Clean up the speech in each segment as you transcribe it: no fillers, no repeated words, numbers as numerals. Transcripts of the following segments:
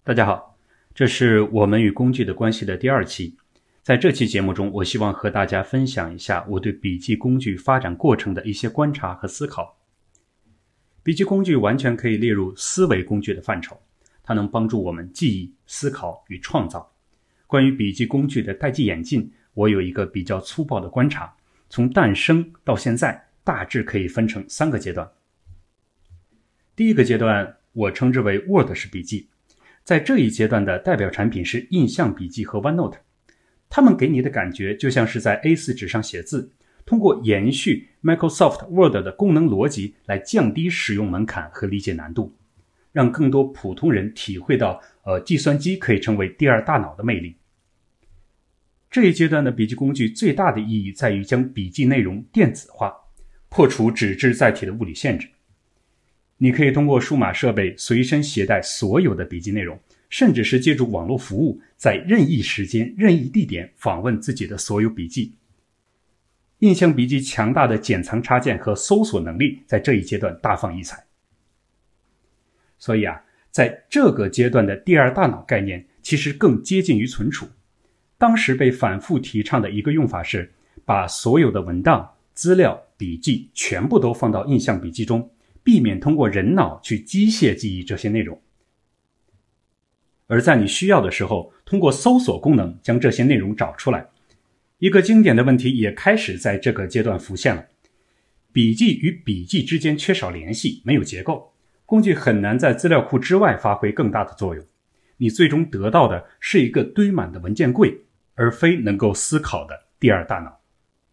大家好，这是我们与工具的关系的第2期。在这期节目中，我希望和大家分享一下我对笔记工具发展过程的一些观察和思考。笔记工具完全可以列入思维工具的范畴，它能帮助我们记忆、思考与创造。关于笔记工具的代际演进，我有一个比较粗暴的观察，从诞生到现在，大致可以分成3个阶段。第一个阶段，我称之为 Word 式笔记。在这一阶段的代表产品是印象笔记和 OneNote， 它们给你的感觉就像是在 A4 纸上写字，通过延续 Microsoft Word 的功能逻辑来降低使用门槛和理解难度，让更多普通人体会到计算机可以成为第2大脑的魅力。这一阶段的笔记工具最大的意义在于将笔记内容电子化，破除纸质载体的物理限制。你可以通过数码设备随身携带所有的笔记内容，甚至是借助网络服务，在任意时间、任意地点访问自己的所有笔记。印象笔记强大的检藏插件和搜索能力在这一阶段大放异彩。所以在这个阶段的第2大脑概念其实更接近于存储。当时被反复提倡的一个用法是，把所有的文档、资料、笔记全部都放到印象笔记中，避免通过人脑去机械记忆这些内容，而在你需要的时候，通过搜索功能将这些内容找出来。一个经典的问题也开始在这个阶段浮现了：笔记与笔记之间缺少联系，没有结构，工具很难在资料库之外发挥更大的作用。你最终得到的是一个堆满的文件柜，而非能够思考的第2大脑。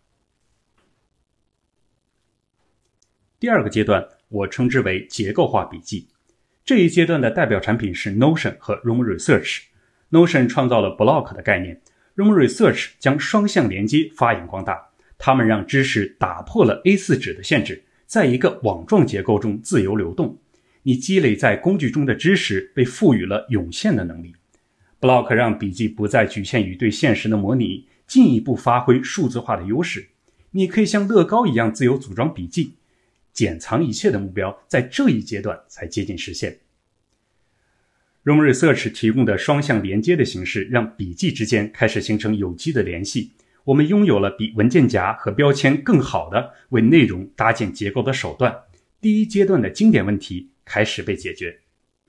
第2个阶段我称之为结构化笔记。这一阶段的代表产品是 Notion 和 Room Research。Notion 创造了 block 的概念， Room Research 将双向连接发扬光大，它们让知识打破了 A4 纸的限制，在一个网状结构中自由流动。你积累在工具中的知识被赋予了涌现的能力。block 让笔记不再局限于对现实的模拟，进一步发挥数字化的优势。你可以像乐高一样自由组装笔记，检藏一切的目标在这一阶段才接近实现。Room Research 提供的双向连接的形式，让笔记之间开始形成有机的联系。我们拥有了比文件夹和标签更好的为内容搭建结构的手段。第1阶段的经典问题开始被解决。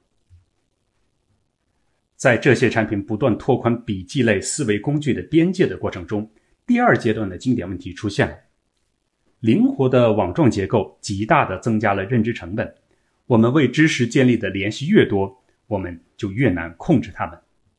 在这些产品不断拓宽笔记类思维工具的边界的过程中，第2阶段的经典问题出现了。灵活的网状结构极大地增加了认知成本，我们为知识建立的联系越多，我们就越难控制它们。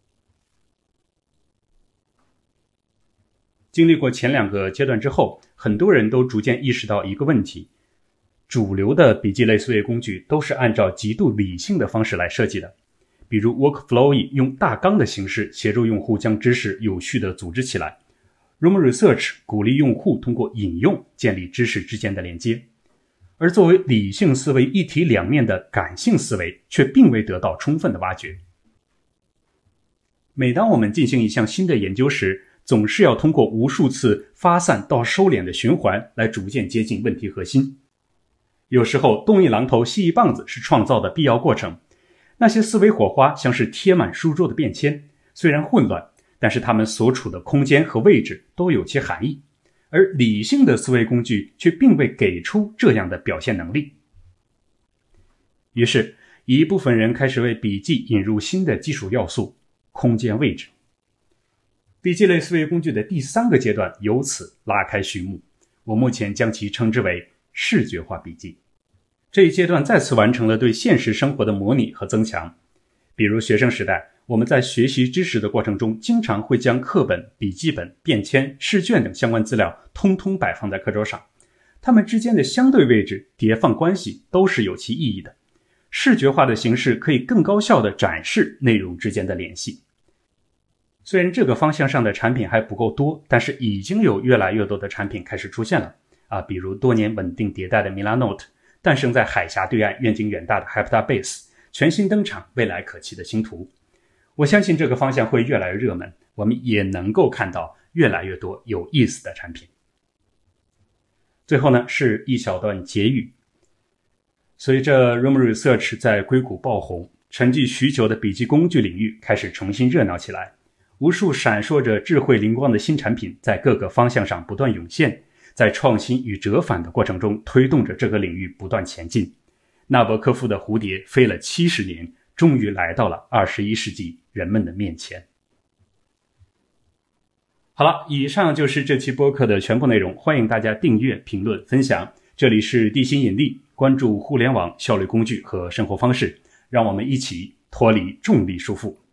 经历过前2个阶段之后，很多人都逐渐意识到一个问题：主流的笔记类思维工具都是按照极度理性的方式来设计的，比如 Workflowy 用大纲的形式协助用户将知识有序地组织起来， Room Research 鼓励用户通过引用建立知识之间的连接。而作为理性思维一体两面的感性思维却并未得到充分的挖掘。每当我们进行一项新的研究时，总是要通过无数次发散到收敛的循环来逐渐接近问题核心。有时候东一榔头西一棒子是创造的必要过程。那些思维火花像是贴满书桌的便签，虽然混乱，但是它们所处的空间和位置都有其含义，而理性的思维工具却并未给出这样的表现能力。于是一部分人开始为笔记引入新的技术要素：空间位置。笔记类思维工具的第3个阶段由此拉开序幕，我目前将其称之为视觉化笔记。这一阶段再次完成了对现实生活的模拟和增强。比如学生时代，我们在学习知识的过程中，经常会将课本、笔记本、便签、试卷等相关资料通通摆放在课桌上，它们之间的相对位置、叠放关系都是有其意义的。视觉化的形式可以更高效地展示内容之间的联系。虽然这个方向上的产品还不够多，但是已经有越来越多的产品开始出现了比如多年稳定迭代的 Milanote， 诞生在海峡对岸愿景远大的 Heptabase， 全新登场未来可期的星图。我相信这个方向会越来越热门，我们也能够看到越来越多有意思的产品。最后呢，是一小段结语。随着 Room Research 在硅谷爆红， 沉寂许久的笔记工具领域开始重新热闹起来，无数闪烁着智慧灵光的新产品在各个方向上不断涌现，在创新与折返的过程中推动着这个领域不断前进。纳博科夫的蝴蝶飞了70年，终于来到了21世纪人们的面前。好了，以上就是这期播客的全部内容，欢迎大家订阅、评论、分享。这里是地心引力，关注互联网效率工具和生活方式，让我们一起脱离重力束缚。